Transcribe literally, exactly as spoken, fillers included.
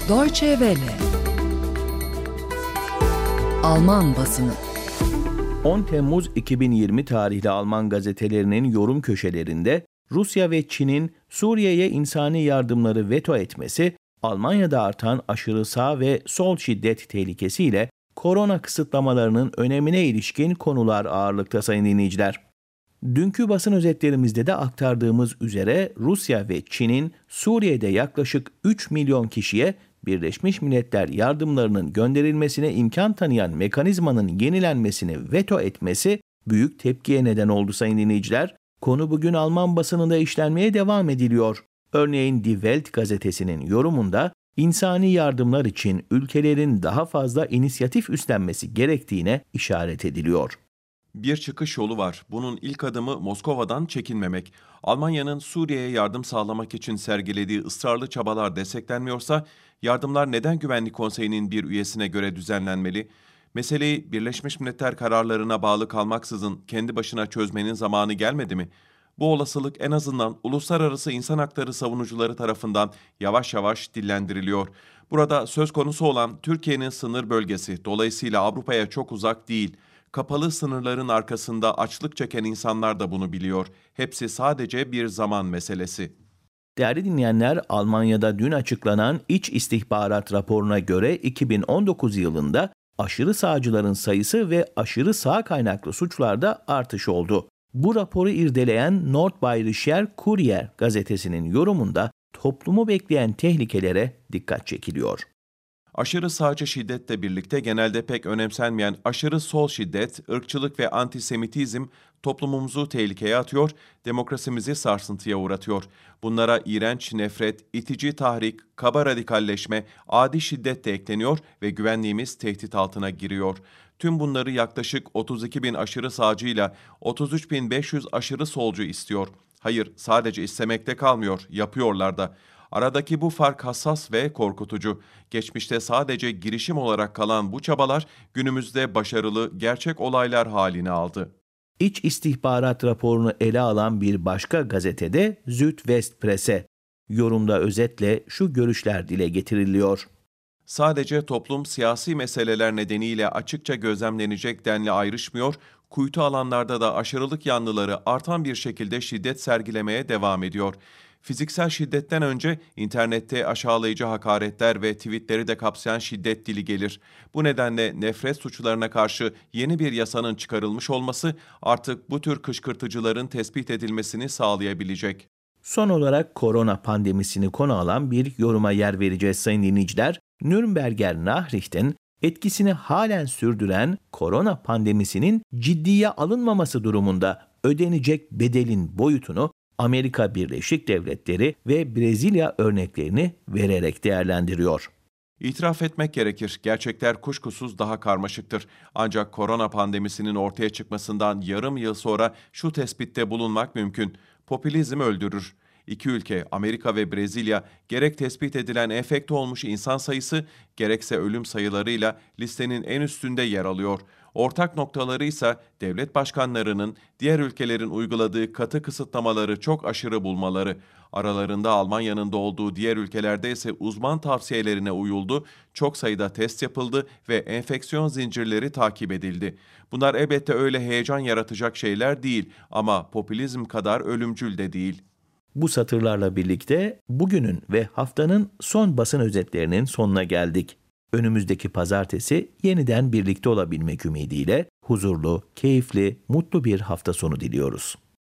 Deutsche Welle. Alman basını. on Temmuz iki bin yirmi tarihli Alman gazetelerinin yorum köşelerinde Rusya ve Çin'in Suriye'ye insani yardımları veto etmesi, Almanya'da artan aşırı sağ ve sol şiddet tehlikesiyle korona kısıtlamalarının önemine ilişkin konular ağırlıkta sayın dinleyiciler. Dünkü basın özetlerimizde de aktardığımız üzere Rusya ve Çin'in Suriye'de yaklaşık üç milyon kişiye Birleşmiş Milletler yardımlarının gönderilmesine imkan tanıyan mekanizmanın yenilenmesini veto etmesi büyük tepkiye neden oldu sayın dinleyiciler. Konu bugün Alman basınında işlenmeye devam ediliyor. Örneğin Die Welt gazetesinin yorumunda insani yardımlar için ülkelerin daha fazla inisiyatif üstlenmesi gerektiğine işaret ediliyor. Bir çıkış yolu var. Bunun ilk adımı Moskova'dan çekinmemek. Almanya'nın Suriye'ye yardım sağlamak için sergilediği ısrarlı çabalar desteklenmiyorsa, yardımlar neden Güvenlik Konseyi'nin bir üyesine göre düzenlenmeli? Meseleyi Birleşmiş Milletler kararlarına bağlı kalmaksızın kendi başına çözmenin zamanı gelmedi mi? Bu olasılık en azından uluslararası insan hakları savunucuları tarafından yavaş yavaş dillendiriliyor. Burada söz konusu olan Türkiye'nin sınır bölgesi, dolayısıyla Avrupa'ya çok uzak değil. Kapalı sınırların arkasında açlık çeken insanlar da bunu biliyor. Hepsi sadece bir zaman meselesi. Değerli dinleyenler, Almanya'da dün açıklanan İç İstihbarat raporuna göre iki bin on dokuz yılında aşırı sağcıların sayısı ve aşırı sağ kaynaklı suçlarda artış oldu. Bu raporu irdeleyen Nordbayerischer Kurier gazetesinin yorumunda toplumu bekleyen tehlikelere dikkat çekiliyor. Aşırı sağcı şiddetle birlikte genelde pek önemsenmeyen aşırı sol şiddet, ırkçılık ve antisemitizm toplumumuzu tehlikeye atıyor, demokrasimizi sarsıntıya uğratıyor. Bunlara iğrenç nefret, itici tahrik, kaba radikalleşme, adi şiddet de ekleniyor ve güvenliğimiz tehdit altına giriyor. Tüm bunları yaklaşık otuz iki bin aşırı sağcıyla otuz üç bin beş yüz aşırı solcu istiyor. Hayır, sadece istemekte kalmıyor, yapıyorlar da. Aradaki bu fark hassas ve korkutucu. Geçmişte sadece girişim olarak kalan bu çabalar günümüzde başarılı gerçek olaylar halini aldı. İç istihbarat raporunu ele alan bir başka gazetede Südwestpresse. Yorumda özetle şu görüşler dile getiriliyor. Sadece toplum siyasi meseleler nedeniyle açıkça gözlemlenecek denli ayrışmıyor, kuytu alanlarda da aşırılık yanlıları artan bir şekilde şiddet sergilemeye devam ediyor. Fiziksel şiddetten önce internette aşağılayıcı hakaretler ve tweetleri de kapsayan şiddet dili gelir. Bu nedenle nefret suçlarına karşı yeni bir yasanın çıkarılmış olması artık bu tür kışkırtıcıların tespit edilmesini sağlayabilecek. Son olarak korona pandemisini konu alan bir yoruma yer vereceğiz sayın dinleyiciler. Nürnberger Nachrichten etkisini halen sürdüren korona pandemisinin ciddiye alınmaması durumunda ödenecek bedelin boyutunu Amerika Birleşik Devletleri ve Brezilya örneklerini vererek değerlendiriyor. İtiraf etmek gerekir, gerçekler kuşkusuz daha karmaşıktır. Ancak korona pandemisinin ortaya çıkmasından yarım yıl sonra şu tespitte bulunmak mümkün. Popülizm öldürür. İki ülke, Amerika ve Brezilya, gerek tespit edilen enfekte olmuş insan sayısı, gerekse ölüm sayılarıyla listenin en üstünde yer alıyor. Ortak noktaları ise devlet başkanlarının diğer ülkelerin uyguladığı katı kısıtlamaları çok aşırı bulmaları. Aralarında Almanya'nın da olduğu diğer ülkelerde ise uzman tavsiyelerine uyuldu, çok sayıda test yapıldı ve enfeksiyon zincirleri takip edildi. Bunlar elbette öyle heyecan yaratacak şeyler değil ama popülizm kadar ölümcül de değil. Bu satırlarla birlikte bugünün ve haftanın son basın özetlerinin sonuna geldik. Önümüzdeki pazartesi yeniden birlikte olabilmek ümidiyle huzurlu, keyifli, mutlu bir hafta sonu diliyoruz.